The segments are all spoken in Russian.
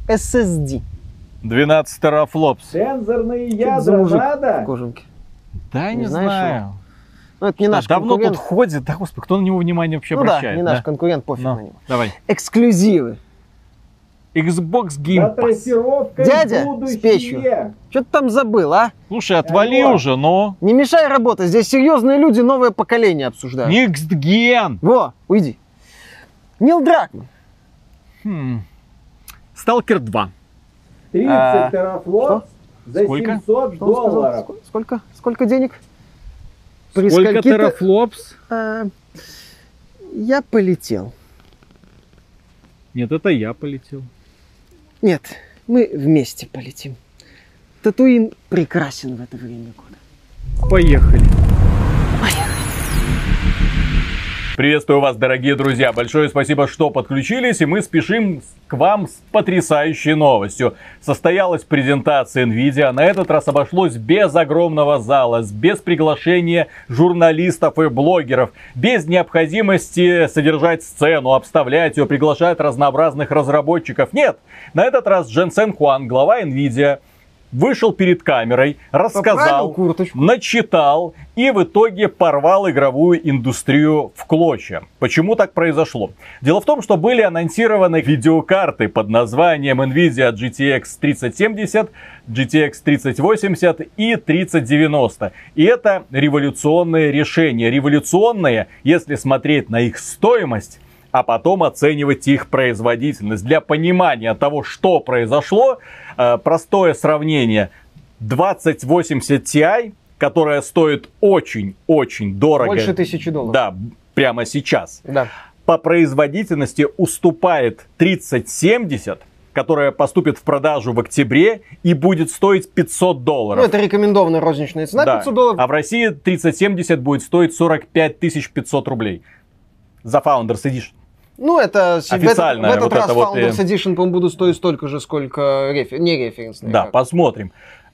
SSD. 12 терафлопс. Сенсорные Что ядра за мужик надо? в кожанке? Да, Не не знаешь знаю. Ну, это не наш Давно конкурент. тут ходит, да господи, кто на него внимание вообще Ну да, обращает? не наш конкурент, пофиг Ну, на него. давай. Эксклюзивы. Xbox За Game Pass. трассировкой Дядя будущее. с печью. Что ты там забыл, а? Слушай, отвали Алло. уже, но... Не мешай работать. Здесь серьезные люди новое поколение обсуждают. Next Gen. Во, уйди. Нил Дракман. Stalker 2. 30 терафлопс за Сколько? 700 Что он сказал? долларов. Сколько? Сколько денег? При Сколько скольки-то- терафлопс? Я полетел. Нет, это я полетел. Нет, мы вместе полетим. Татуин прекрасен в это время года. Поехали. Приветствую вас, дорогие друзья. Большое спасибо, что подключились, и мы спешим к вам с потрясающей новостью. Состоялась презентация NVIDIA. На этот раз обошлось без огромного зала, без приглашения журналистов и блогеров, без необходимости содержать сцену, обставлять ее, приглашать разнообразных разработчиков. Нет, на этот раз Дженсен Хуанг, глава NVIDIA, вышел перед камерой, рассказал, Поправил курточку. начитал и в итоге порвал игровую индустрию в клочья. Почему так произошло? Дело в том, что были анонсированы видеокарты под названием NVIDIA GTX 3070, GTX 3080 и 3090. И это революционные решения. Революционные, если смотреть на их стоимость, а потом оценивать их производительность. Для понимания того, что произошло, простое сравнение. 2080 Ti, которая стоит очень-очень дорого. Больше $1000. Да, прямо сейчас. Да. По производительности уступает 3070, которая поступит в продажу в октябре и будет стоить $500. Ну, это рекомендованная розничная цена, Да. $500. А в России 3070 будет стоить 45 500 рублей. За Founders Edition. Ну, это Официальная в этот вот раз это вот, Founders Edition, по-моему, будут стоить столько же, сколько не референсные. Да, посмотрим.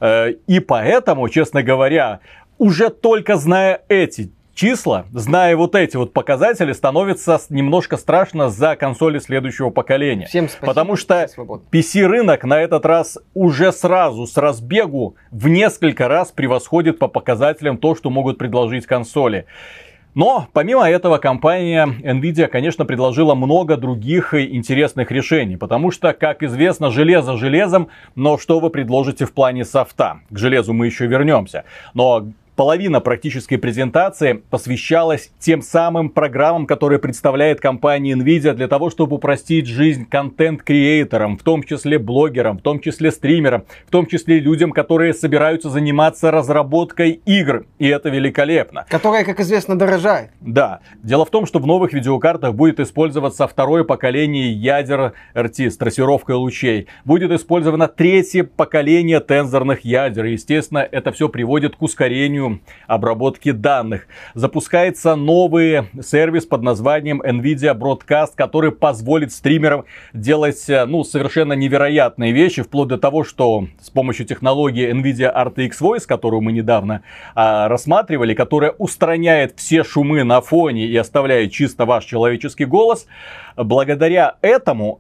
И поэтому, честно говоря, уже только зная эти числа, зная вот эти вот показатели, становится немножко страшно за консоли следующего поколения. Всем спасибо. Потому что Всем свободно. PC-рынок на этот раз уже сразу с разбегу в несколько раз превосходит по показателям то, что могут предложить консоли. Но, помимо этого, компания NVIDIA, конечно, предложила много других интересных решений. Потому что, как известно, железо железом, но что вы предложите в плане софта? К железу мы еще вернемся. Но половина практической презентации посвящалась тем самым программам, которые представляет компания NVIDIA для того, чтобы упростить жизнь контент-креаторам, в том числе блогерам, в том числе стримерам, в том числе людям, которые собираются заниматься разработкой игр. И это великолепно. Которая, как известно, дорожает. Да. Дело в том, что в новых видеокартах будет использоваться второе поколение ядер RT с трассировкой лучей. Будет использовано третье поколение тензорных ядер. И, естественно, это все приводит к ускорению обработки данных. Запускается новый сервис под названием NVIDIA Broadcast, который позволит стримерам делать совершенно невероятные вещи, вплоть до того, что с помощью технологии NVIDIA RTX Voice, которую мы недавно рассматривали, которая устраняет все шумы на фоне и оставляет чисто ваш человеческий голос, благодаря этому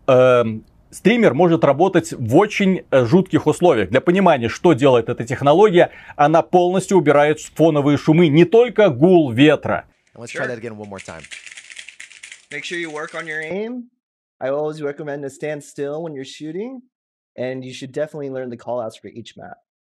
стример может работать в очень жутких условиях. Для понимания, что делает эта технология, она полностью убирает фоновые шумы, не только гул ветра. Let's try that again one more time. Make sure you work on your aim. I always recommend to stand still when you're shooting, and you should definitely learn the callouts for each map.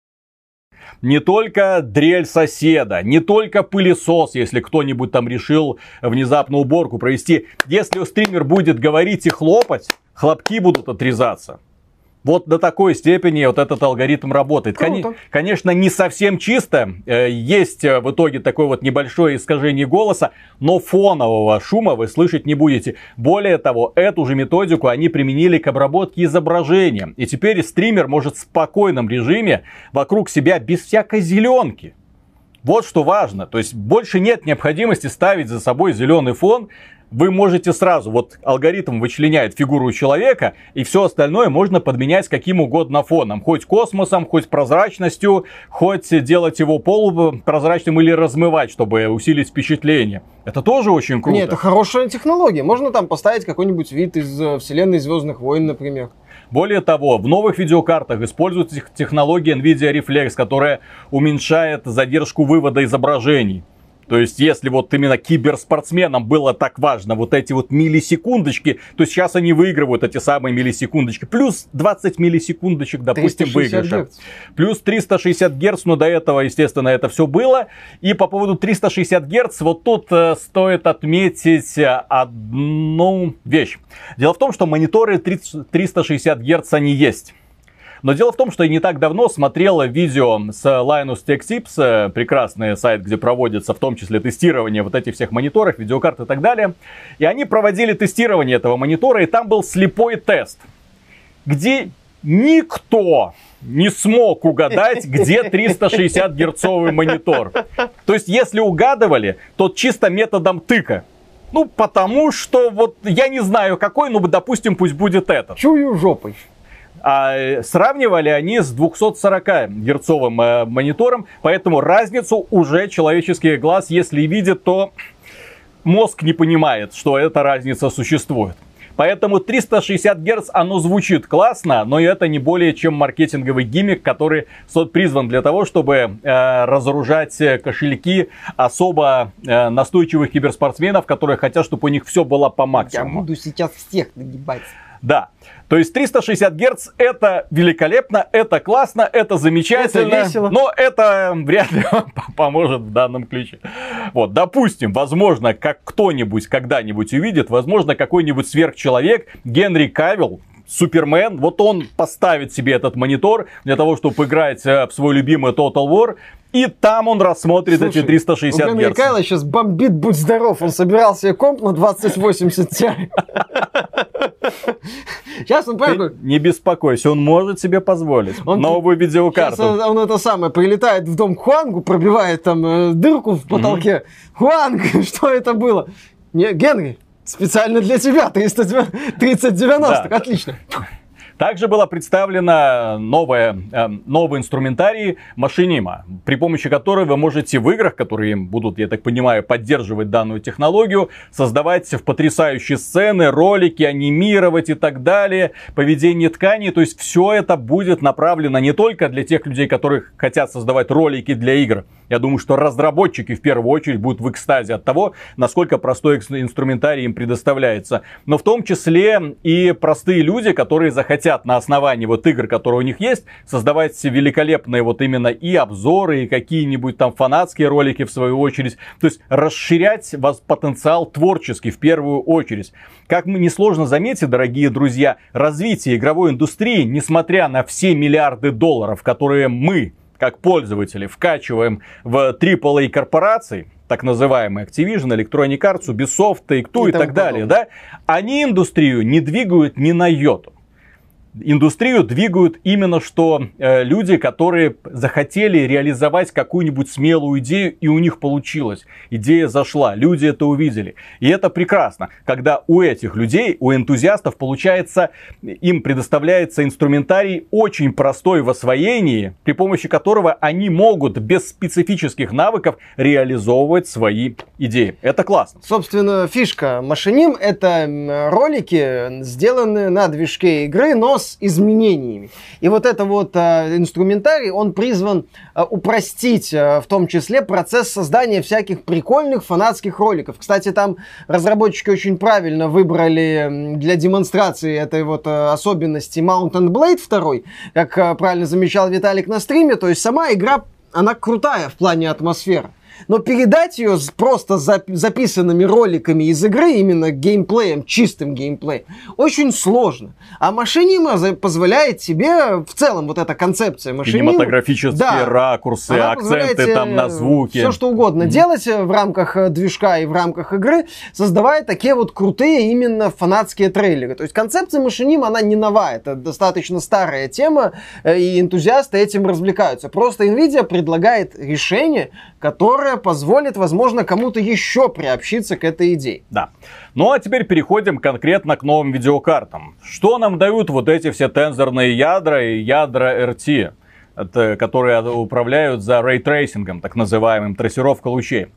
Не только дрель соседа, не только пылесос, если кто-нибудь там решил внезапно уборку провести. Если стример будет говорить и хлопать, хлопки будут отрезаться. Вот до такой степени вот этот алгоритм работает. Конечно, не совсем чисто. Есть в итоге такое вот небольшое искажение голоса, но фонового шума вы слышать не будете. Более того, эту же методику они применили к обработке изображения. И теперь стример может в спокойном режиме вокруг себя без всякой зеленки. Вот что важно. То есть больше нет необходимости ставить за собой зеленый фон. вы можете сразу, вот алгоритм вычленяет фигуру человека, и все остальное можно подменять каким угодно фоном. Хоть космосом, хоть прозрачностью, хоть делать его полупрозрачным или размывать, чтобы усилить впечатление. Это тоже очень круто. Нет, это хорошая технология. Можно там поставить какой-нибудь вид из вселенной Звездных войн, например. Более того, в новых видеокартах используется технология NVIDIA Reflex, которая уменьшает задержку вывода изображений. То есть, если вот именно киберспортсменам было так важно вот эти вот миллисекундочки, то сейчас они выигрывают эти самые миллисекундочки. Плюс 20 миллисекундочек, допустим, выигрыша. Плюс 360 Гц, но до этого, естественно, это все было. И по поводу 360 Гц, вот тут стоит отметить одну вещь. Дело в том, что мониторы 360 Гц они есть. Но дело в том, что я не так давно смотрел видео с Linus Tech Tips, прекрасный сайт, где проводится в том числе тестирование вот этих всех мониторов, видеокарт и так далее. И они проводили тестирование этого монитора, и там был слепой тест, где никто не смог угадать, где 360-герцовый монитор. То есть, если угадывали, то чисто методом тыка. Ну, потому что вот я не знаю какой, но, допустим, пусть будет этот. Чую жопой. А сравнивали они с 240-герцовым монитором, поэтому разницу уже человеческий глаз, если видит, то мозг не понимает, что эта разница существует. Поэтому 360 Гц, оно звучит классно, но это не более чем маркетинговый гиммик, который призван для того, чтобы разоружать кошельки особо настойчивых киберспортсменов, которые хотят, чтобы у них все было по максимуму. Я буду сейчас всех нагибать. Да, то есть 360 Гц это великолепно, это классно, это замечательно, это весело. Но это вряд ли поможет в данном ключе. Вот, допустим, возможно, как кто-нибудь когда-нибудь увидит, возможно, какой-нибудь сверхчеловек, Генри Кавилл, Супермен, вот он поставит себе этот монитор для того, чтобы играть в свой любимый Total War, и там он рассмотрит эти 360 Гц. Генри Кавилл сейчас бомбит, будь здоров, он собирал себе комп на 2080 Ti. Сейчас он, не беспокойся, он может себе позволить новую видеокарту. Он это самое, прилетает в дом к Хуангу, пробивает там дырку в потолке. Хуанг, что это было? Не, Генри, специально для тебя, 3090, Да. отлично. Также была представлена новый инструментарий Machinima, при помощи которой вы можете в играх, которые будут, я так понимаю, поддерживать данную технологию, создавать потрясающие сцены, ролики, анимировать и так далее, поведение тканей. То есть все это будет направлено не только для тех людей, которые хотят создавать ролики для игр. Я думаю, что разработчики в первую очередь будут в экстазе от того, насколько простой инструментарий им предоставляется. Но в том числе и простые люди, которые захотят на основании вот игр, которые у них есть, создавать великолепные вот именно и обзоры, и какие-нибудь там фанатские ролики в свою очередь. То есть расширять вас потенциал творческий в первую очередь. Как мы несложно заметить, дорогие друзья, развитие игровой индустрии, несмотря на все миллиарды долларов, которые мы, как пользователи, вкачиваем в AAA корпорации, так называемые Activision, Electronic Arts, Ubisoft, Take-Two и так далее, да, они индустрию не двигают ни на йоту. Индустрию двигают именно что люди, которые захотели реализовать какую-нибудь смелую идею, и у них получилось. Идея зашла, люди это увидели. И это прекрасно, когда у этих людей, у энтузиастов получается, им предоставляется инструментарий очень простой в освоении, при помощи которого они могут без специфических навыков реализовывать свои идеи. Это классно. Собственно, фишка Machinima — это ролики, сделанные на движке игры, но с изменениями. И вот это вот инструментарий, он призван упростить в том числе процесс создания всяких прикольных фанатских роликов. Кстати, там разработчики очень правильно выбрали для демонстрации этой вот особенности Mount and Blade 2, как правильно замечал Виталик на стриме, то есть сама игра, она крутая в плане атмосферы. Но передать ее просто записанными роликами из игры, именно геймплеем, чистым геймплеем, очень сложно. А Machinima позволяет себе, в целом, вот эта концепция Machinima... Кинематографические ракурсы, акценты там на звуки. Все что угодно делать в рамках движка и в рамках игры, создавая такие вот крутые именно фанатские трейлеры. То есть концепция Machinima, она не новая. Это достаточно старая тема, и энтузиасты этим развлекаются. Просто Nvidia предлагает решение, которое которая позволит, возможно, кому-то еще приобщиться к этой идее. Да. Ну а теперь переходим конкретно к новым видеокартам. Что нам дают вот эти все тензорные ядра и ядра RT, которые управляют за рейтрейсингом, так называемым, трассировка лучей?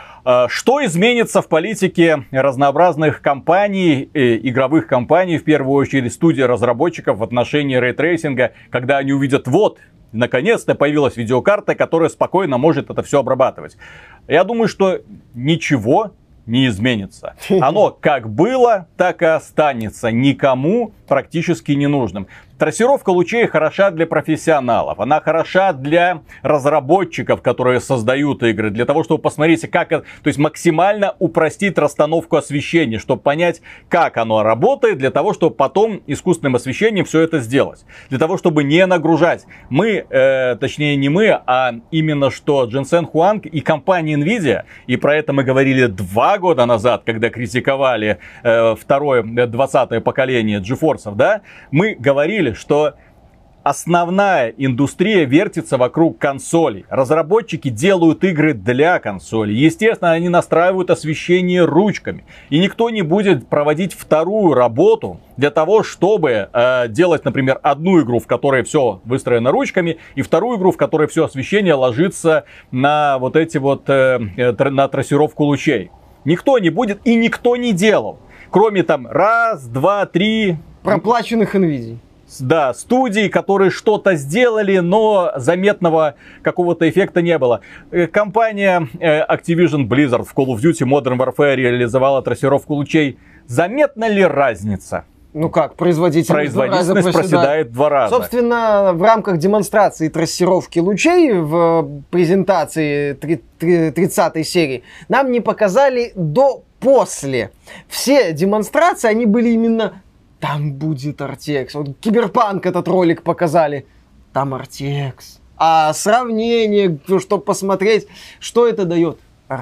Что изменится в политике разнообразных компаний, игровых компаний, в первую очередь студий разработчиков в отношении рейтрейсинга, когда они увидят, вот, наконец-то появилась видеокарта, которая спокойно может это все обрабатывать? Я думаю, что ничего не изменится. Оно как было, так и останется никому практически ненужным. Трассировка лучей хороша для профессионалов, она хороша для разработчиков, которые создают игры, для того, чтобы посмотреть, как это, то есть максимально упростить расстановку освещения, чтобы понять, как оно работает, для того, чтобы потом искусственным освещением все это сделать. Для того, чтобы не нагружать. Мы, точнее не мы, а именно что Дженсен Хуанг и компания Nvidia, и про это мы говорили 2 года назад, когда критиковали второе, 20-е поколение GeForce'ов, да, мы говорили, что основная индустрия вертится вокруг консолей. Разработчики делают игры для консолей. Естественно, они настраивают освещение ручками. И никто не будет проводить вторую работу для того, чтобы делать, например, одну игру, в которой все выстроено ручками, и вторую игру, в которой все освещение ложится на вот эти вот на трассировку лучей. Никто не будет и никто не делал. Кроме там 1, 2, 3... Проплаченных Nvidia. Да, студии, которые что-то сделали, но заметного какого-то эффекта не было. Компания Activision Blizzard в Call of Duty Modern Warfare реализовала трассировку лучей. Заметна ли разница? Ну как, производительность проседает в 2 раза. Собственно, в рамках демонстрации трассировки лучей в презентации 30-й серии нам не показали до-после. Все демонстрации, они были именно... Там будет RTX. Вот Киберпанк этот ролик показали. Там RTX. А сравнение, чтобы посмотреть, что это дает.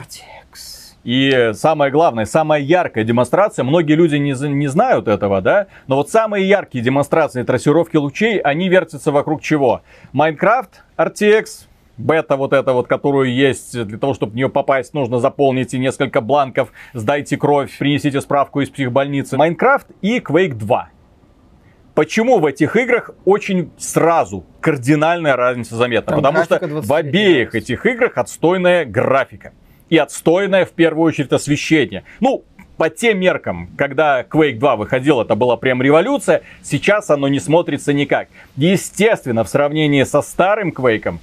RTX. И самое главное, самая яркая демонстрация, многие люди не знают этого, да? Но вот самые яркие демонстрации трассировки лучей, они вертятся вокруг чего? Майнкрафт, RTX, бета вот эта вот, которую есть, для того, чтобы в нее попасть, нужно заполнить несколько бланков, сдайте кровь, принесите справку из психбольницы. Майнкрафт и Quake 2. Почему в этих играх очень сразу кардинальная разница заметна? Там потому что 20 в обеих этих играх отстойная графика. И отстойное, в первую очередь, освещение. Ну, по тем меркам, когда Quake 2 выходил, это была прям революция. Сейчас оно не смотрится никак. Естественно, в сравнении со старым Quake'ом,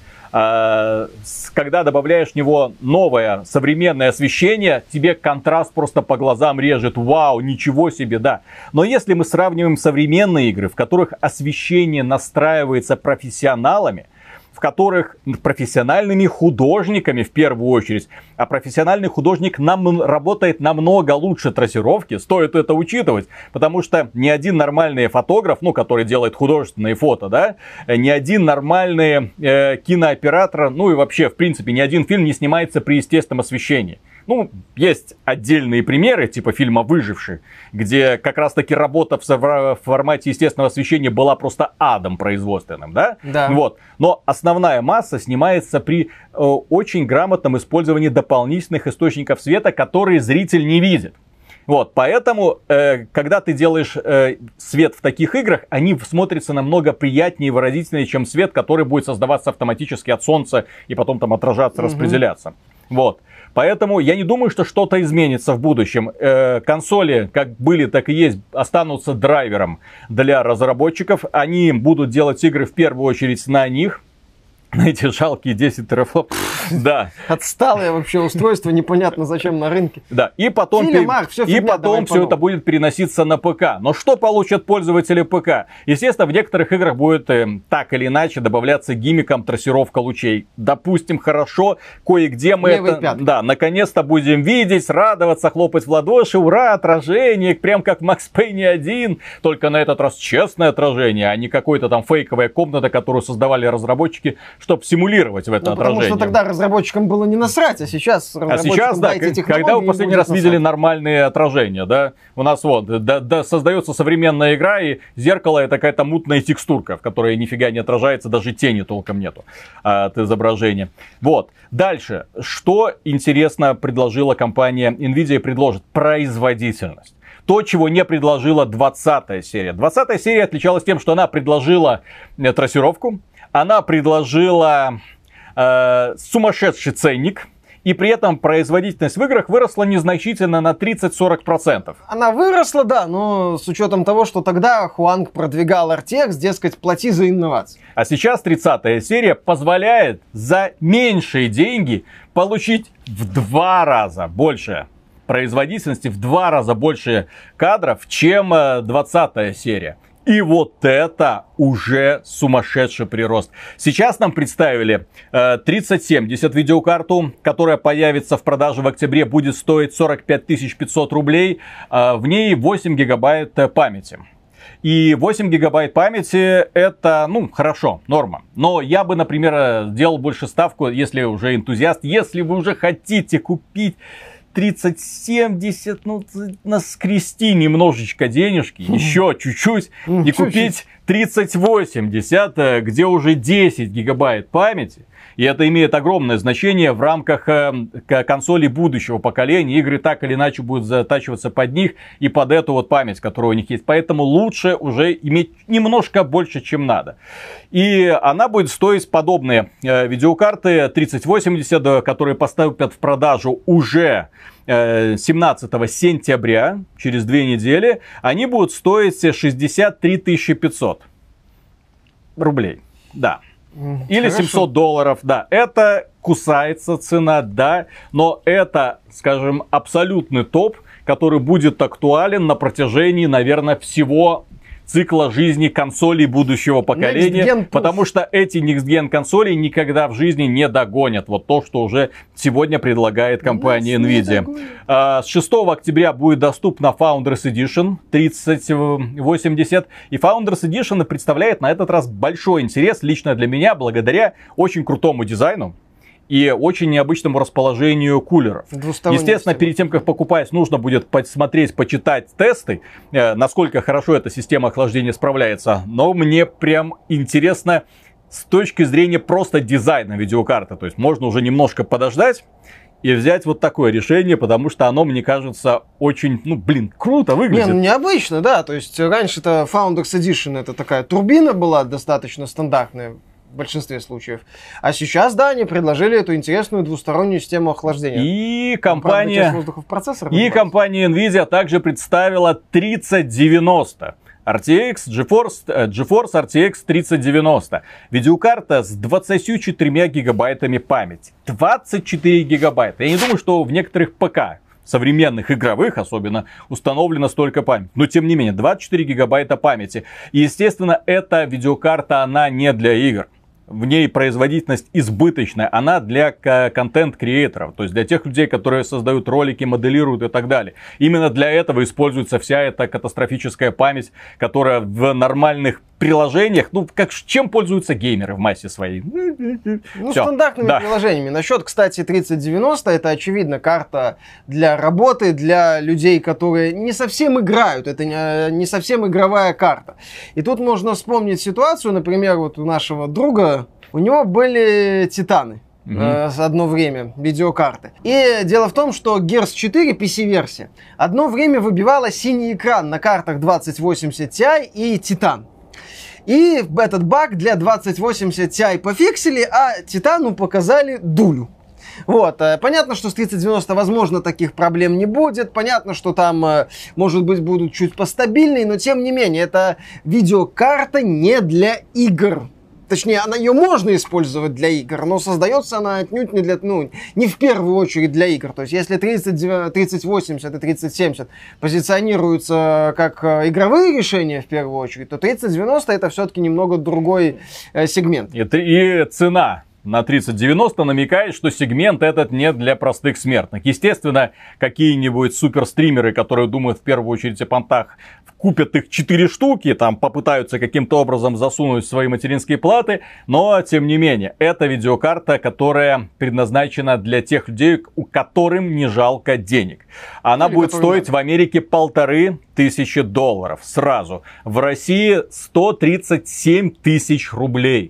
когда добавляешь в него новое современное освещение, тебе контраст просто по глазам режет. Вау, ничего себе, да. Но если мы сравниваем современные игры, в которых освещение настраивается профессионалами, в которых профессиональными художниками в первую очередь, а профессиональный художник работает намного лучше трассировки, стоит это учитывать, потому что ни один нормальный фотограф, ну, который делает художественные фото, да, ни один нормальный кинооператор, ну и вообще, в принципе, ни один фильм не снимается при естественном освещении. Ну, есть отдельные примеры, типа фильма «Выживший», где как раз-таки работа в формате естественного освещения была просто адом производственным, да? Да. Вот. Но основная масса снимается при очень грамотном использовании дополнительных источников света, которые зритель не видит. Вот, поэтому, когда ты делаешь свет в таких играх, они смотрятся намного приятнее и выразительнее, чем свет, который будет создаваться автоматически от солнца и потом там отражаться, распределяться. Вот. Поэтому я не думаю, что что-то изменится в будущем. Консоли, как были, так и есть, останутся драйвером для разработчиков. Они будут делать игры в первую очередь на них. На эти жалкие 10 терафлоп. Да. Отсталое вообще устройство, непонятно зачем на рынке. Да, и потом, все это будет переноситься на ПК. Но что получат пользователи ПК? Естественно, в некоторых играх будет так или иначе добавляться гиммиком трассировка лучей. Допустим, хорошо, кое-где мы это, наконец-то будем видеть, радоваться, хлопать в ладоши. Ура, отражение, прям как в Max Payne 1. Только на этот раз честное отражение, а не какое-то там фейковая комната, которую создавали разработчики, чтобы симулировать в это Потому отражение. что тогда разработчикам было не насрать, а сейчас разработчикам да, дайте технологии, когда вы им последний будет раз видели насрать. нормальные отражения, да? У нас вот, создается современная игра, и зеркало это какая-то мутная текстурка, в которой нифига не отражается, даже тени толком нету от изображения. Вот. Дальше. Что интересно предложила компания Nvidia и предложит? Производительность. То, чего не предложила 20-я серия. 20-я серия отличалась тем, что она предложила трассировку, она предложила сумасшедший ценник, и при этом производительность в играх выросла незначительно на 30-40%. Она выросла, да, но с учетом того, что тогда Хуанг продвигал RTX, дескать, плати за инновации. А сейчас 30-я серия позволяет за меньшие деньги получить в 2 раза больше производительности, в 2 раза больше кадров, чем 20-я серия. И вот это уже сумасшедший прирост. Сейчас нам представили 3070 видеокарту, которая появится в продаже в октябре, будет стоить 45 500 рублей. В ней 8 гигабайт памяти. И 8 гигабайт памяти это, хорошо, норма. Но я бы, например, делал больше ставку, если уже энтузиаст, если вы уже хотите купить 3070, наскрести немножечко денежки, еще чуть-чуть, и купить 3080, где уже 10 гигабайт памяти. И это имеет огромное значение в рамках консолей будущего поколения. Игры так или иначе будут затачиваться под них и под эту вот память, которая у них есть. Поэтому лучше уже иметь немножко больше, чем надо. И она будет стоить подобные видеокарты 3080, которые поступят в продажу уже 17 сентября, через 2 недели. Они будут стоить 63 500 рублей. Да. Или Хорошо. $700, да. Это кусается цена, да. Но это, скажем, абсолютный топ, который будет актуален на протяжении, наверное, всего цикла жизни консолей будущего поколения. Next Gen Потому что эти Next Gen консоли никогда в жизни не догонят вот то, что уже сегодня предлагает компания Nvidia. С 6 октября будет доступна Founders Edition 3080. И Founders Edition представляет на этот раз большой интерес лично для меня, благодаря очень крутому дизайну и очень необычному расположению кулеров. Естественно, перед тем, как покупать, нужно будет посмотреть, почитать тесты, насколько хорошо эта система охлаждения справляется. Но мне прям интересно с точки зрения просто дизайна видеокарты. То есть можно уже немножко подождать и взять вот такое решение, потому что оно, мне кажется, очень, круто выглядит. Необычно, да. То есть раньше-то Founders Edition это такая турбина была достаточно стандартная в большинстве случаев. А сейчас, да, они предложили эту интересную двустороннюю систему охлаждения. И компания Nvidia также представила 3090. RTX, GeForce RTX 3090. Видеокарта с 24 гигабайтами памяти. 24 гигабайта. Я не думаю, что в некоторых ПК современных игровых особенно установлена столько памяти. Но тем не менее, 24 гигабайта памяти. И естественно, эта видеокарта, она не для игр. В ней производительность избыточная, она для контент-креаторов, то есть для тех людей, которые создают ролики, моделируют и так далее. Именно для этого используется вся эта катастрофическая память, которая в нормальных приложениях, чем пользуются геймеры в массе своей? Стандартными приложениями. Насчет, кстати, 3090, это, очевидно, карта для работы, для людей, которые не совсем играют. Это не совсем игровая карта. И тут можно вспомнить ситуацию, например, вот у нашего друга, у него были Титаны. Одно время видеокарты. И дело в том, что Gears 4 PC-версия одно время выбивала синий экран на картах 2080 Ti и Titan. И этот баг для 2080 Ti пофиксили, а Титану показали дулю. Вот. Понятно, что с 3090, возможно, таких проблем не будет. Понятно, что там, может быть, будут чуть постабильнее, но тем не менее, это видеокарта не для игр. Точнее, ее можно использовать для игр, но создается она отнюдь не для, не в первую очередь для игр. То есть, если 3080 и 3070 позиционируются как игровые решения в первую очередь, то 3090 это все-таки немного другой сегмент. И цена на 3090 намекает, что сегмент этот не для простых смертных. Естественно, какие-нибудь суперстримеры, которые думают в первую очередь о понтах, купят их 4 штуки, там попытаются каким-то образом засунуть свои материнские платы, но тем не менее, это видеокарта, которая предназначена для тех людей, у которым не жалко денег. Она будет стоить в Америке $1500 сразу. В России 137 тысяч рублей.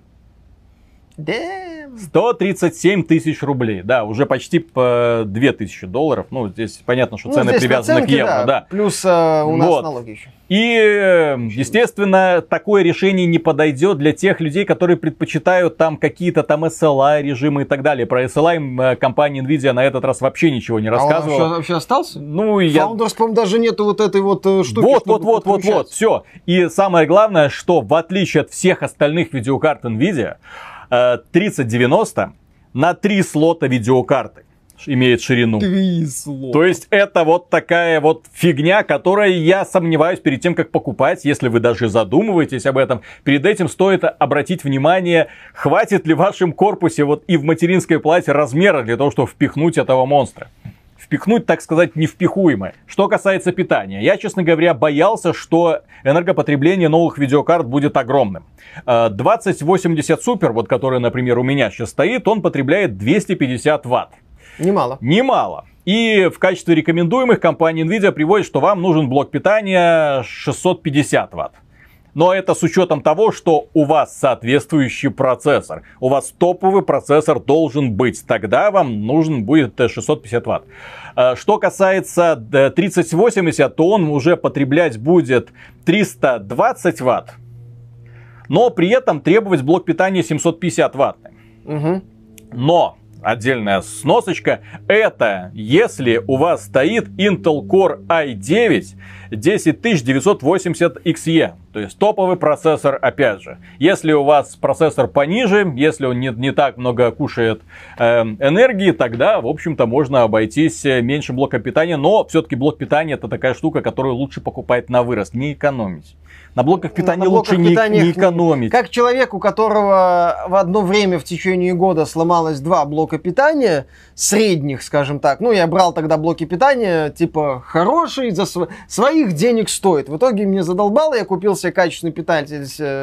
137 тысяч рублей, да, уже почти по $2000. Ну, здесь понятно, что цены привязаны к евро, да. Плюс у нас налоги еще. И, естественно, такое решение не подойдет для тех людей, которые предпочитают там какие-то там SLI режимы и так далее. Про SLI компания Nvidia на этот раз вообще ничего не рассказывала. А он вообще остался? Ну, Founders, по-моему, даже нету вот этой вот штуки. Вот, все. И самое главное, что в отличие от всех остальных видеокарт Nvidia, 3090 на 3 слота видеокарты имеет ширину. 3 слота. То есть это вот такая вот фигня, которой я сомневаюсь перед тем, как покупать, если вы даже задумываетесь об этом. Перед этим стоит обратить внимание, хватит ли в вашем корпусе вот и в материнской плате размера для того, чтобы впихнуть этого монстра. Впихнуть, так сказать, невпихуемое. Что касается питания, я, честно говоря, боялся, что энергопотребление новых видеокарт будет огромным. 2080 Super, вот который, например, у меня сейчас стоит, он потребляет 250 ватт. Немало. И в качестве рекомендуемых компания Nvidia приводит, что вам нужен блок питания 650 ватт. Но это с учетом того, что у вас соответствующий процессор. У вас топовый процессор должен быть. Тогда вам нужен будет 650 ватт. Что касается 3080, то он уже потреблять будет 320 ватт. Но при этом требовать блок питания 750 ваттный. Но отдельная сносочка, это если у вас стоит Intel Core i9 10980XE, то есть топовый процессор, опять же. Если у вас процессор пониже, если он не так много кушает энергии, тогда, в общем-то, можно обойтись меньше блока питания, но все-таки блок питания это такая штука, которую лучше покупать на вырост, не экономить. На блоках питания лучше не экономить. Как человек, у которого в одно время в течение года сломалось 2 блока питания, средних, скажем так. Ну, я брал тогда блоки питания, типа, хорошие, за своих денег стоит. В итоге мне задолбало, я купил себе качественный питатель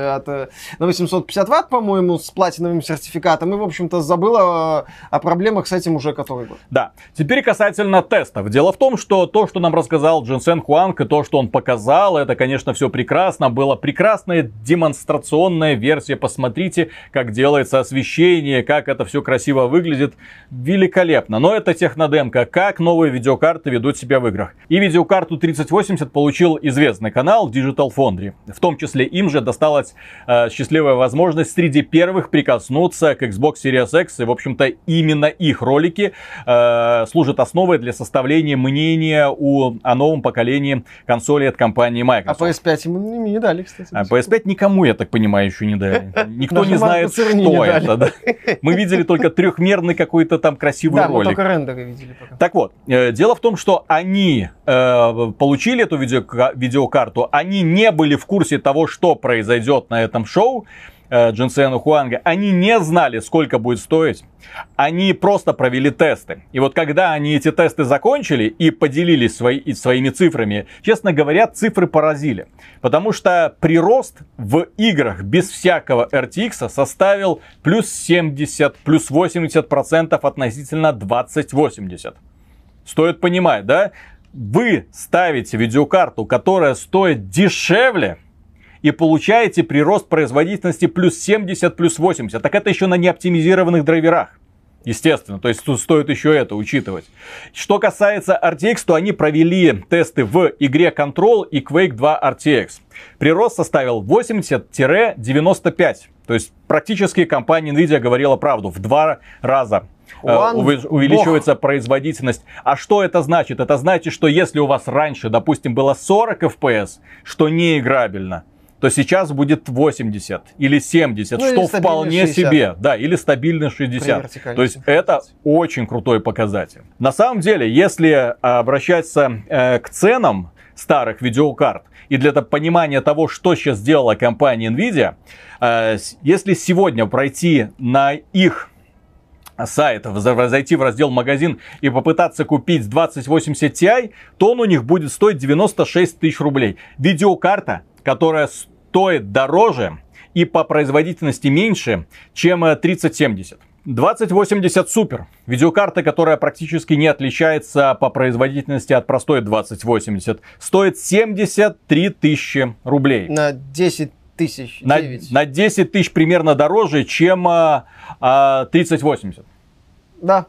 на 850 ватт, по-моему, с платиновым сертификатом. И, в общем-то, забыл о проблемах с этим уже который год. Да. Теперь касательно тестов. Дело в том, что то, что нам рассказал Дженсен Хуанг, и то, что он показал, это, конечно, все прекрасно. Была прекрасная демонстрационная версия. Посмотрите, как делается освещение, как это все красиво выглядит. Великолепно. Но это технодемка. Как новые видеокарты ведут себя в играх. И видеокарту 3080 получил известный канал Digital Foundry. В том числе им же досталась счастливая возможность среди первых прикоснуться к Xbox Series X. И, в общем-то, именно их ролики служат основой для составления мнения о новом поколении консолей от компании Microsoft. А PS5 ему не дали, кстати. А PS5 никому, я так понимаю, еще не дали. Никто не знает, что это. Да? Мы видели только трехмерный какой-то там красивый ролик. Да, мы только рендеры видели пока. Так вот, дело в том, что они получили эту видеокарту, они не были в курсе того, что произойдет на этом шоу Дженсена Хуанга. Они не знали, сколько будет стоить. Они просто провели тесты. И вот когда они эти тесты закончили и поделились своими цифрами, честно говоря, цифры поразили. Потому что прирост в играх без всякого RTX составил плюс 70, плюс 80% относительно 2080. Стоит понимать, да? Вы ставите видеокарту, которая стоит дешевле, и получаете прирост производительности плюс 70, плюс 80. Так это еще на неоптимизированных драйверах. Естественно, то есть тут стоит еще это учитывать. Что касается RTX, то они провели тесты в игре Control и Quake 2 RTX. Прирост составил 80-95. То есть практически компания Nvidia говорила правду. В 2 раза увеличивается производительность. А что это значит? Это значит, что если у вас раньше, допустим, было 40 FPS, что не играбельно, то сейчас будет 80 или 70, ну, что вполне 60. Себе. Да, или стабильно 60. То есть это очень крутой показатель. На самом деле, если обращаться к ценам старых видеокарт, и для понимания того, что сейчас сделала компания Nvidia, если сегодня пройти на их сайт, зайти в раздел магазин и попытаться купить 2080 Ti, то он у них будет стоить 96 тысяч рублей. Видеокарта, которая стоит дороже и по производительности меньше, чем 3070. 2080 Super. Видеокарта, которая практически не отличается по производительности от простой 2080, стоит 73 тысячи рублей. На 10 тысяч. На 10 тысяч примерно дороже, чем 3080. Да.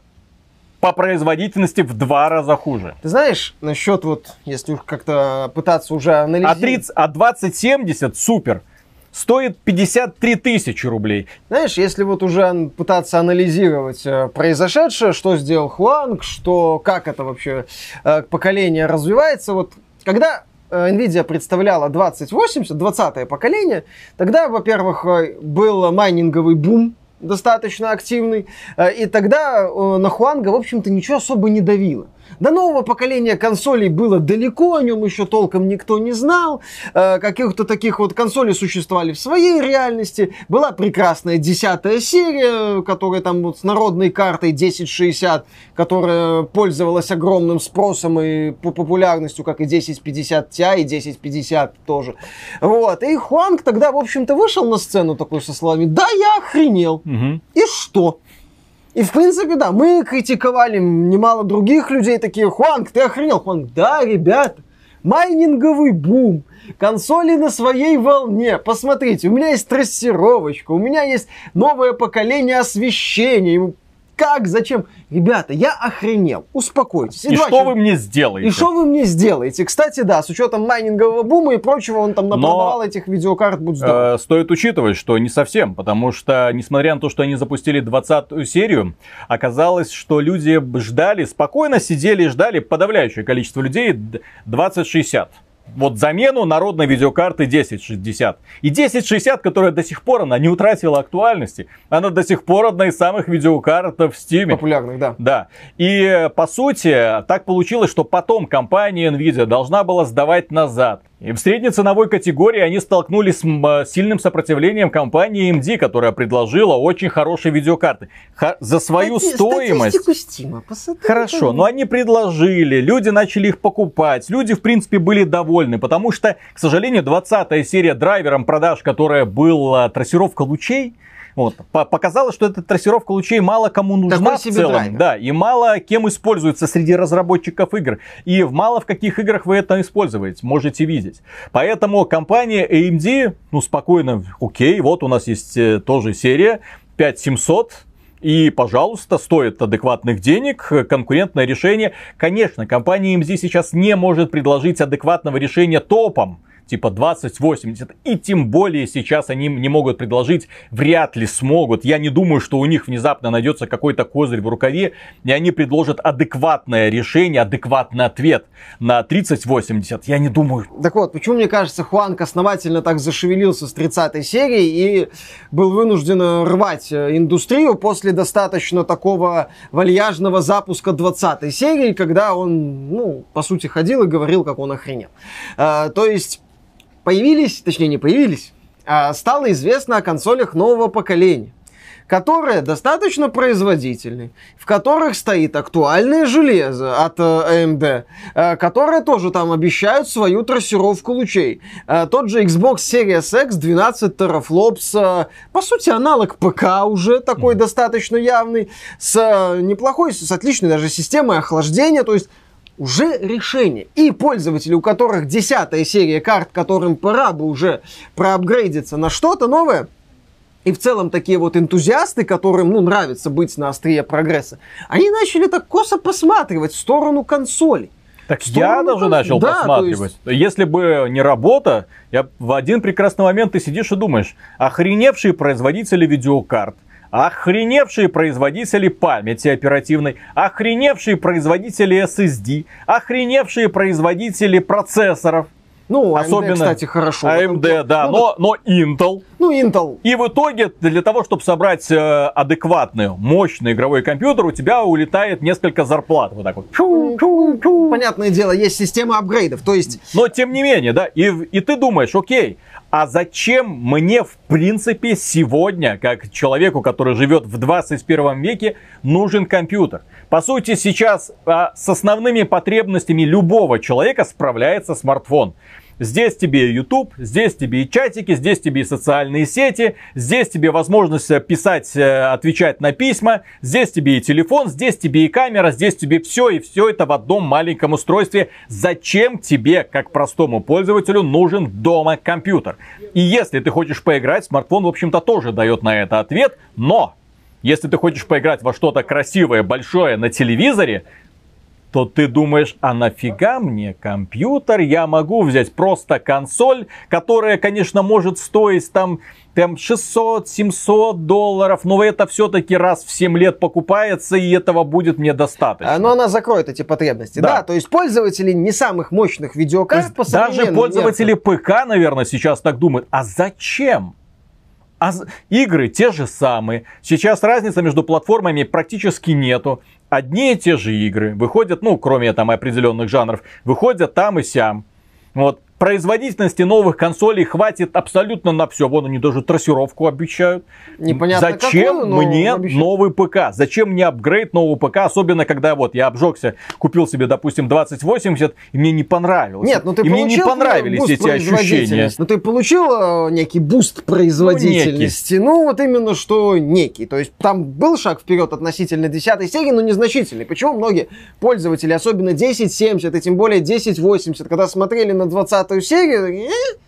По производительности в 2 раза хуже. Ты знаешь, насчет вот, если уж как-то пытаться уже анализировать... А 2070 Super стоит 53 тысячи рублей. Знаешь, если вот уже пытаться анализировать произошедшее, что сделал Хуанг, как это вообще поколение развивается, вот когда Nvidia представляла 2080, 20-е поколение, тогда, во-первых, был майнинговый бум достаточно активный, и тогда на Хуанга, в общем-то, ничего особо не давило. До нового поколения консолей было далеко, о нем еще толком никто не знал. Каких-то таких вот консолей существовали в своей реальности. Была прекрасная 10-я серия, которая там вот с народной картой 1060, которая пользовалась огромным спросом и популярностью, как и 1050 Ti, и 1050 тоже. Вот. И Хуанг тогда, в общем-то, вышел на сцену такой со словами: «Да, я охренел». Угу. И что? И, в принципе, да, мы критиковали немало других людей, такие: «Хуанг, ты охренел?» Хуанг: «Да, ребята, майнинговый бум, консоли на своей волне. Посмотрите, у меня есть трассировочка, у меня есть новое поколение освещения». Как? Зачем? Ребята, я охренел. Успокойтесь. И что вы мне сделаете? И что вы мне сделаете? Кстати, да, с учетом майнингового бума и прочего, он там напродавал этих видеокарт, будь здоров. Стоит учитывать, что не совсем, потому что, несмотря на то, что они запустили 20-ю серию, оказалось, что люди ждали, спокойно сидели и ждали, подавляющее количество людей, 2060. Вот замену народной видеокарты 1060. И 1060, которая до сих пор, она не утратила актуальности. Она до сих пор одна из самых видеокарт в Steam. Популярных, да. Да. И по сути, так получилось, что потом компания Nvidia должна была сдавать назад. И в средней ценовой категории они столкнулись с сильным сопротивлением компании AMD, которая предложила очень хорошие видеокарты. За свою стоимость... Хорошо, но они предложили, люди начали их покупать, люди, в принципе, были довольны, потому что, к сожалению, 20-я серия драйвером продаж, которая была трассировка лучей, вот, показалось, что эта трассировка лучей мало кому нужна в целом. Драйвер. Да, и мало кем используется среди разработчиков игр. И мало в каких играх вы это используете, можете видеть. Поэтому компания AMD, спокойно, окей, вот у нас есть тоже серия 5700. И, пожалуйста, стоит адекватных денег, конкурентное решение. Конечно, компания AMD сейчас не может предложить адекватного решения топом, типа 2080, и тем более сейчас они не могут предложить, вряд ли смогут. Я не думаю, что у них внезапно найдется какой-то козырь в рукаве, и они предложат адекватное решение, адекватный ответ на 3080. Я не думаю. Так вот, почему, мне кажется, Хуанг основательно так зашевелился с 30-й серии и был вынужден рвать индустрию после достаточно такого вальяжного запуска 20-й серии, когда он, по сути, ходил и говорил, как он охренел. То есть стало известно о консолях нового поколения, которые достаточно производительны, в которых стоит актуальное железо от AMD, которые тоже там обещают свою трассировку лучей. Тот же Xbox Series X 12 терафлопс, по сути, аналог ПК уже такой достаточно явный, с неплохой, с отличной даже системой охлаждения, то есть уже решение. И пользователи, у которых 10-я серия карт, которым пора бы уже проапгрейдиться на что-то новое, и в целом такие вот энтузиасты, которым нравится быть на острие прогресса, они начали так косо посматривать в сторону консолей. Так я даже начал посматривать. Если бы не работа, в один прекрасный момент ты сидишь и думаешь: охреневшие производители видеокарт, охреневшие производители памяти оперативной, охреневшие производители SSD, охреневшие производители процессоров. Особенно, AMD, кстати, хорошо. AMD, да, но Intel. Intel. И в итоге, для того, чтобы собрать адекватный, мощный игровой компьютер, у тебя улетает несколько зарплат. Вот так вот. Понятное дело, есть система апгрейдов, то есть... Но, тем не менее, да, и ты думаешь: окей, А зачем мне, в принципе, сегодня, как человеку, который живет в 21 веке, нужен компьютер? По сути, сейчас с основными потребностями любого человека справляется смартфон. Здесь тебе YouTube, здесь тебе и чатики, здесь тебе и социальные сети, здесь тебе возможность писать, отвечать на письма, здесь тебе и телефон, здесь тебе и камера, здесь тебе все, и все это в одном маленьком устройстве. Зачем тебе, как простому пользователю, нужен дома компьютер? И если ты хочешь поиграть, смартфон, в общем-то, тоже дает на это ответ, но если ты хочешь поиграть во что-то красивое, большое на телевизоре, то ты думаешь, а нафига мне компьютер? Я могу взять просто консоль, которая, конечно, может стоить там 600-700 долларов, но это все-таки раз в 7 лет покупается, и этого будет мне достаточно. Но она закроет эти потребности. Да, то есть пользователи не самых мощных видеокарт по даже пользователи ПК, наверное, сейчас так думают. А зачем? Игры те же самые. Сейчас разницы между платформами практически нету. Одни и те же игры выходят, кроме там определенных жанров, выходят там и сям. Вот. Производительности новых консолей хватит абсолютно на все. Вон они даже трассировку обещают. Непонятно зачем какую, мне обещают. новый ПК? Зачем мне апгрейд нового ПК? Особенно, когда я обжегся, купил себе, допустим, 2080, и мне не понравилось. Нет, ты и мне не понравились эти ощущения. Ты получил некий буст производительности. Именно что некий. То есть там был шаг вперед относительно 10 серии, но незначительный. Почему многие пользователи, особенно 1070 и тем более 1080, когда смотрели на 20 серию,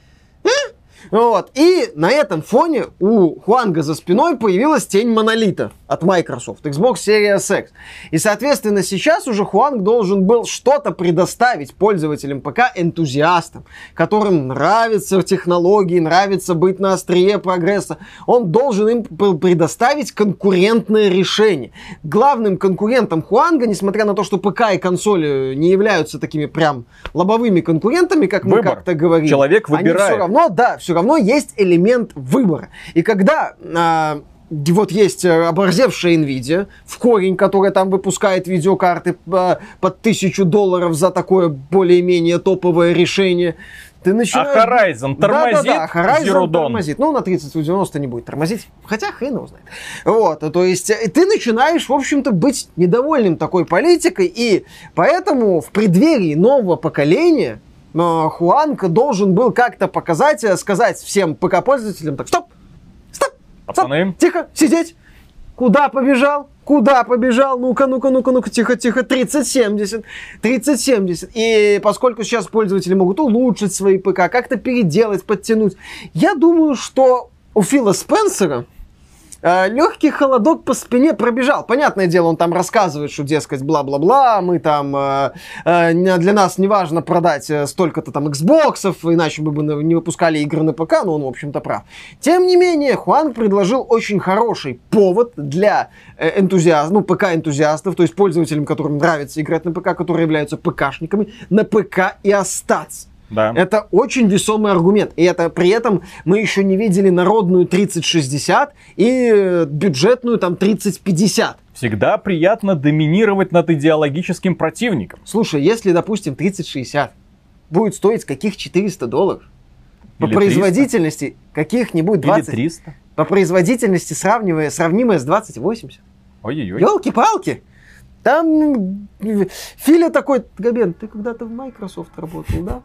вот. И на этом фоне у Хуанга за спиной появилась тень монолита от Microsoft, Xbox Series X. И, соответственно, сейчас уже Хуанг должен был что-то предоставить пользователям ПК-энтузиастам, которым нравятся технологии, нравится быть на острие прогресса. Он должен им предоставить конкурентное решение. Главным конкурентом Хуанга, несмотря на то, что ПК и консоли не являются такими прям лобовыми конкурентами, как мы как-то говорили. Человек выбирает. Все равно есть элемент выбора. И когда есть оборзевшая Nvidia в корень, которая там выпускает видеокарты под $1000 за такое более-менее топовое решение, ты начинаешь... А Horizon тормозит? Да, Horizon Zero Dawn тормозит. На 3090 не будет тормозить. Хотя хрен его знает. Вот, то есть ты начинаешь, в общем-то, быть недовольным такой политикой, и поэтому в преддверии нового поколения Хуанг должен был как-то сказать всем ПК-пользователям, так, стоп, пацаны, тихо, сидеть, куда побежал, ну-ка, тихо, 3070. И поскольку сейчас пользователи могут улучшить свои ПК, как-то переделать, подтянуть, я думаю, что у Фила Спенсера легкий холодок по спине пробежал. Понятное дело, он там рассказывает, что, дескать, бла-бла-бла, мы там, для нас не важно продать столько-то там Xbox'ов, иначе бы не выпускали игры на ПК, но он, в общем-то, прав. Тем не менее, Хуанг предложил очень хороший повод для ПК-энтузиастов, то есть пользователям, которым нравится играть на ПК, которые являются ПКшниками, на ПК и остаться. Да. Это очень весомый аргумент. И при этом мы еще не видели народную 3060 и бюджетную там 3050. Всегда приятно доминировать над идеологическим противником. Слушай, если, допустим, 3060 будет стоить каких $400, по Или производительности 300. каких-нибудь 20... Или 300. По производительности сравнимое с 2080. Ой-ой-ой. Ёлки-палки! Там Филя такой: Габен, ты когда-то в Microsoft работал, да?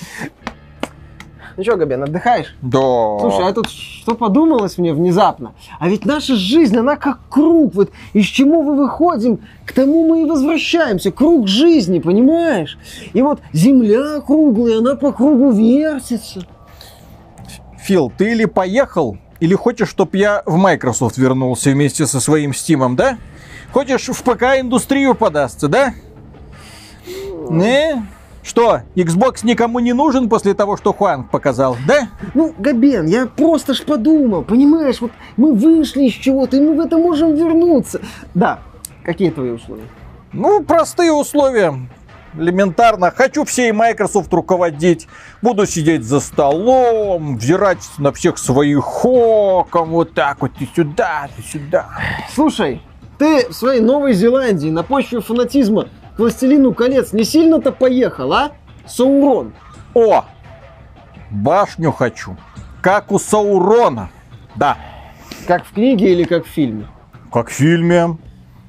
Ну что, Габен, отдыхаешь? Да. Слушай, а тут что подумалось мне внезапно? А ведь наша жизнь, она как круг. Вот из чего мы выходим, к тому мы и возвращаемся. Круг жизни, понимаешь? И вот Земля круглая, она по кругу вертится. Фил, ты или поехал, или хочешь, чтобы я в Microsoft вернулся вместе со своим Стимом, да? Хочешь в ПК-индустрию подастся, да? Не? Что, Xbox никому не нужен после того, что Хуанг показал, да? Ну, Габен, я просто ж подумал, понимаешь, вот мы вышли из чего-то, и мы в это можем вернуться. Да, какие твои условия? Ну, простые условия. Элементарно. Хочу всей Microsoft руководить. Буду сидеть за столом, взирать на всех своих оком, вот так вот, и сюда, и сюда. Слушай, ты в своей Новой Зеландии на почве фанатизма к «Властелину колец» не сильно-то поехал, а? Саурон. О! Башню хочу. как у Саурона. Да. Как в книге или как в фильме? Как в фильме.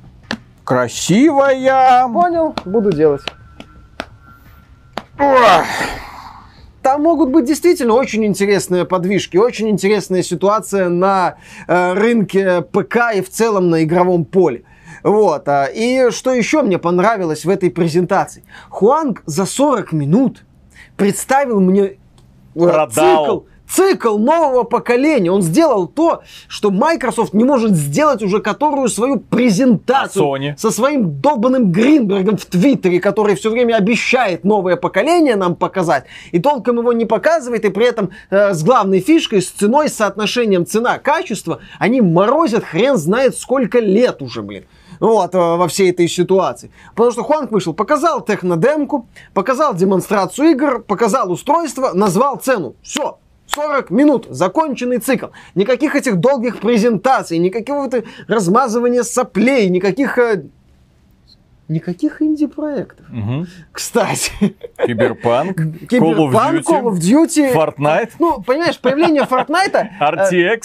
Красивая. Понял, буду делать. Ох. Там могут быть действительно очень интересные подвижки, очень интересная ситуация на рынке ПК и в целом на игровом поле. Вот. И что еще мне понравилось в этой презентации? Хуанг за 40 минут представил мне цикл нового поколения. Он сделал то, что Microsoft не может сделать уже которую свою презентацию Sony. со своим долбанным Гринбергом в Твиттере, который все время обещает новое поколение нам показать, и толком его не показывает, и при этом с главной фишкой, с ценой, с соотношением цена-качество, они морозят хрен знает сколько лет уже, блин. Вот, во всей этой ситуации. Потому что Хуанг вышел, показал технодемку, показал демонстрацию игр, показал устройство, назвал цену. Все. 40 минут, законченный цикл. Никаких этих долгих презентаций, никакого размазывания соплей, никаких инди-проектов. Угу. Кстати. Киберпанк, Call of Duty, Fortnite. Ну, понимаешь, появление Fortnite... RTX.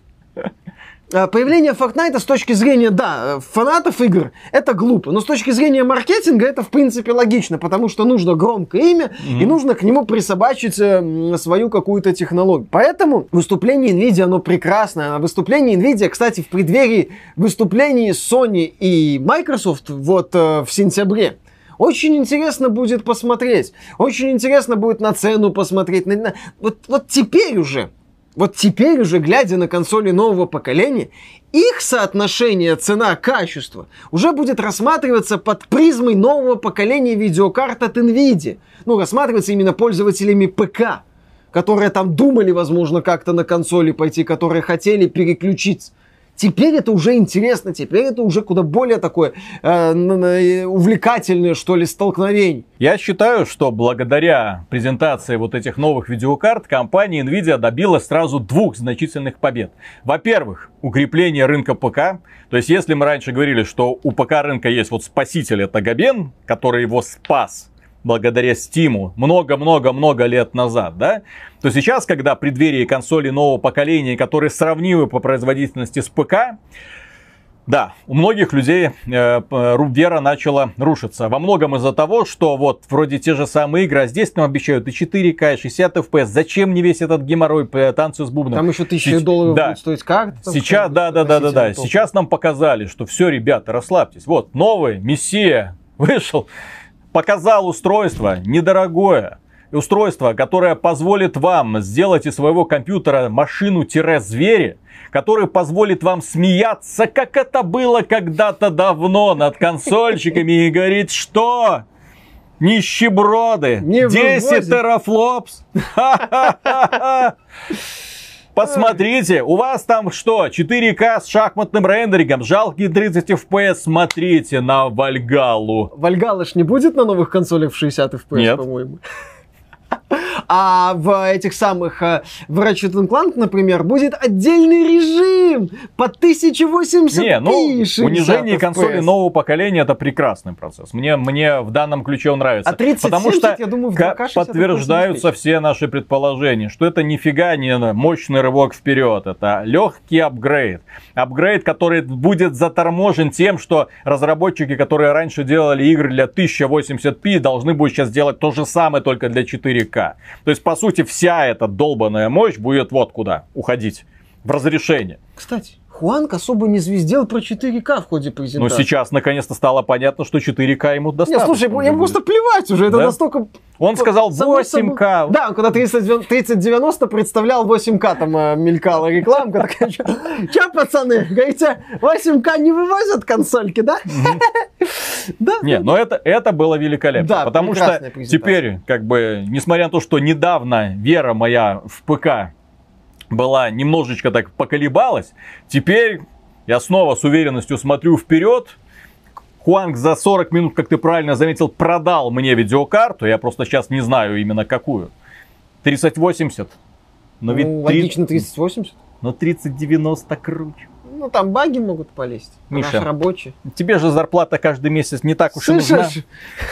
Появление Fortnite с точки зрения, да, фанатов игр, это глупо. Но с точки зрения маркетинга это, в принципе, логично. Потому что нужно громкое имя и нужно к нему присобачить свою какую-то технологию. Поэтому выступление Nvidia, оно прекрасное. Выступление Nvidia, кстати, в преддверии выступлений Sony и Microsoft вот в сентябре. Очень интересно будет посмотреть. Очень интересно будет на цену посмотреть. Вот теперь уже, глядя на консоли нового поколения, их соотношение цена-качество уже будет рассматриваться под призмой нового поколения видеокарт от Nvidia. Ну, рассматриваться именно пользователями ПК, которые там думали, возможно, как-то на консоли пойти, которые хотели переключиться. Теперь это уже интересно, теперь это уже куда более такое увлекательное, что ли, столкновение. Я считаю, что благодаря презентации вот этих новых видеокарт компания Nvidia добилась сразу двух значительных побед. Во-первых, укрепление рынка ПК. То есть, если мы раньше говорили, что у ПК рынка есть вот спаситель, это Габен, который его спас благодаря Стиму много-много-много лет назад, да? То сейчас, когда в преддверии консоли нового поколения, которые сравнимы по производительности с ПК, да, у многих людей вера начала рушиться. Во многом из-за того, что вот вроде те же самые игры, а здесь нам обещают и 4К, и 60 FPS. Зачем мне весь этот геморрой по танцу с бубном? Там еще $1000 да. будет стоить карта. Сейчас, да. Сейчас нам показали, что все, ребята, расслабьтесь. Вот, новый Мессия вышел. Показал устройство недорогое. Устройство, которое позволит вам сделать из своего компьютера машину-зверя, который позволит вам смеяться, как это было когда-то давно над консольщиками, и говорит, что? Нищеброды! Не 10 вывозит. терафлопс! Ха-ха-ха-ха! Посмотрите, у вас там что, 4К с шахматным рендерингом, жалкие 30 FPS, смотрите на Вальгалу. Вальгала ж не будет на новых консолях в 60 FPS, Нет. по-моему. А в этих самых, в Ratchet Clank, например, будет отдельный режим по 1080p. Не, ну, 60 унижение FPS. консоли нового поколения это прекрасный процесс. Мне в данном ключе он нравится. А 3070, потому что я думаю, в 2К 60 подтверждаются все наши предположения, что это нифига не мощный рывок вперед. Это легкий апгрейд. Апгрейд, который будет заторможен тем, что разработчики, которые раньше делали игры для 1080p, должны будут сейчас делать то же самое, только для 4К. То есть, по сути, вся эта долбаная мощь будет вот куда уходить. В разрешение. Кстати, Хуанг особо не звездел про 4К в ходе Но презентации. сейчас наконец-то стало понятно, что 4К ему Не, достаточно. слушай, ему просто плевать уже, это Да? настолько... Он сказал Само собой. 8К. Да, он когда 3090 представлял 8К, там мелькала рекламка. Такая, чё, пацаны, говорите, 8К не вывозят консольки, да? Да. Не, но это было великолепно. Да, потому что прекрасная презентация. теперь, как бы, несмотря на то, что недавно вера моя в ПК была немножечко так поколебалась, теперь я снова с уверенностью смотрю вперед. Хуанг за 40 минут, как ты правильно заметил, продал мне видеокарту. Я просто сейчас не знаю именно какую. 3080. Но ведь Ну, логично 3080. но 3090 круче. Ну, там баги могут полезть. Миша. Наш рабочий. Тебе же зарплата каждый месяц не так уж и нужна. Слышишь?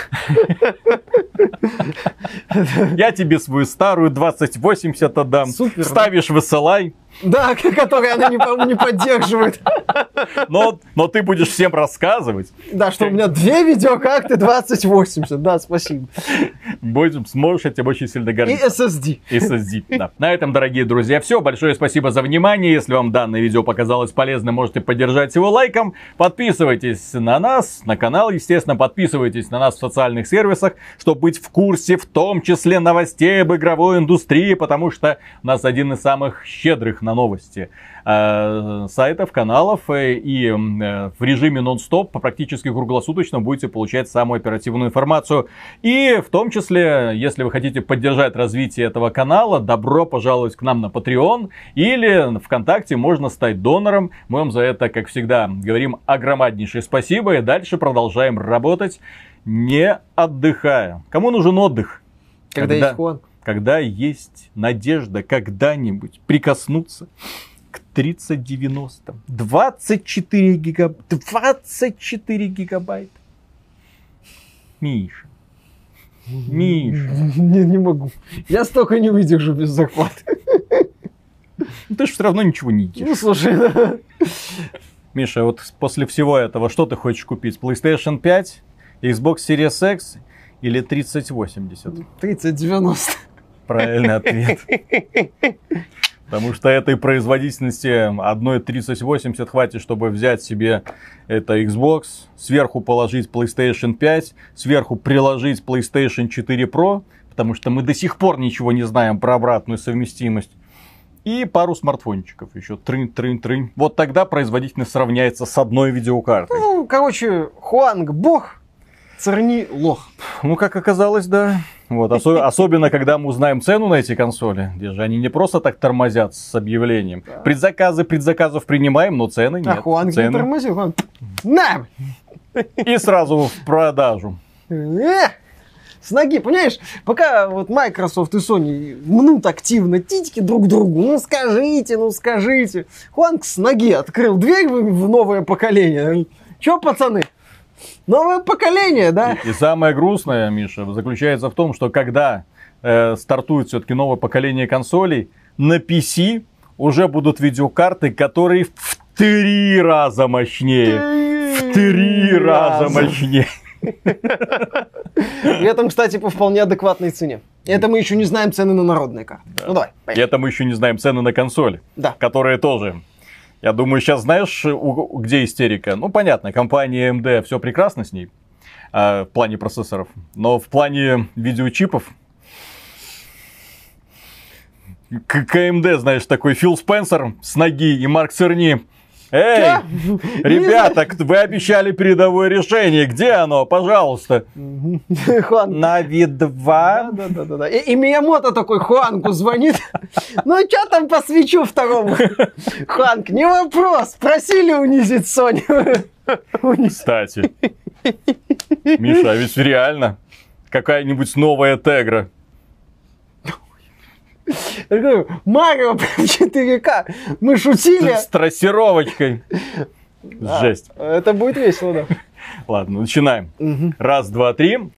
Я тебе свою старую 2080 отдам. Супер, Ставишь, высылай. Да, которую она, по-моему, не поддерживает. Но ты будешь всем рассказывать. Да, что у меня 2 видеокарты 2080. Да, спасибо. Сможешь этим очень сильно И гордиться. SSD. SSD, да. На этом, дорогие друзья, все. Большое спасибо за внимание. Если вам данное видео показалось полезным, можете поддержать его лайком. Подписывайтесь на нас, на канал, естественно. Подписывайтесь на нас в социальных сервисах, чтобы быть в курсе, в том числе новостей об игровой индустрии, потому что у нас один из самых щедрых на новости сайтов, каналов, и в режиме нон-стоп практически круглосуточно будете получать самую оперативную информацию. И в том числе, если вы хотите поддержать развитие этого канала, добро пожаловать к нам на Patreon или ВКонтакте, можно стать донором. Мы вам за это, как всегда, говорим огромнейшее спасибо и дальше продолжаем работать, не отдыхая. Кому нужен отдых? Когда есть Хуанг. Когда есть надежда когда-нибудь прикоснуться к 3090. 24 гигабайта. Миша. Не могу. Я столько не выдержу без зарплаты. Ты же все равно ничего не Ну, ешь. слушай, да. Миша, вот после всего этого, что ты хочешь купить? PlayStation 5, Xbox Series X или 3080? 3090. Правильный ответ. Потому что этой производительности одной 3080 хватит, чтобы взять себе это Xbox, сверху положить PlayStation 5, сверху приложить PlayStation 4 Pro, потому что мы до сих пор ничего не знаем про обратную совместимость. И пару смартфончиков еще. Трынь. Вот тогда производительность сравняется с одной видеокартой. Ну, короче, Хуанг бог, Церни лох. Ну, как оказалось, да. Вот, особенно, когда мы узнаем цену на эти консоли, где же они не просто так тормозят с объявлением. Предзаказов принимаем, но цены нет. А Хуанг не Цены. тормозил. Хуанг. На! И сразу в продажу. С ноги, понимаешь, пока вот Microsoft и Sony мнут активно титьки друг другу, ну скажите. Хуанг с ноги открыл дверь в новое поколение. Чё, пацаны? Новое поколение, да? И самое грустное, Миша, заключается в том, что когда стартует все-таки новое поколение консолей, на PC уже будут видеокарты, которые в 3 раза мощнее. В 3 раза мощнее. При этом, кстати, по вполне адекватной цене. Это мы еще не знаем цены на народные карты. Да. Ну давай, И поехали. это мы еще не знаем цены на консоли, Да. которые тоже. Я думаю, сейчас знаешь, где истерика? Ну, понятно, компания AMD, все прекрасно с ней в плане процессоров, но в плане видеочипов к AMD, знаешь, такой Фил Спенсер с ноги и Марк Церни. Эй, Чё? ребята, вы обещали передовое решение, где оно, пожалуйста? Хуанг. Нави 2. Да. И Миямото такой Хуангу звонит. Ну, что там по свечу второму? Хуанг, не вопрос. Просили унизить Соню. Кстати, Миша, а ведь реально какая-нибудь новая Тегра. Я говорю, Марио 4К. Мы шутили. С трассировочкой. Жесть. Это будет весело, да. Ладно, начинаем. Раз, два, три.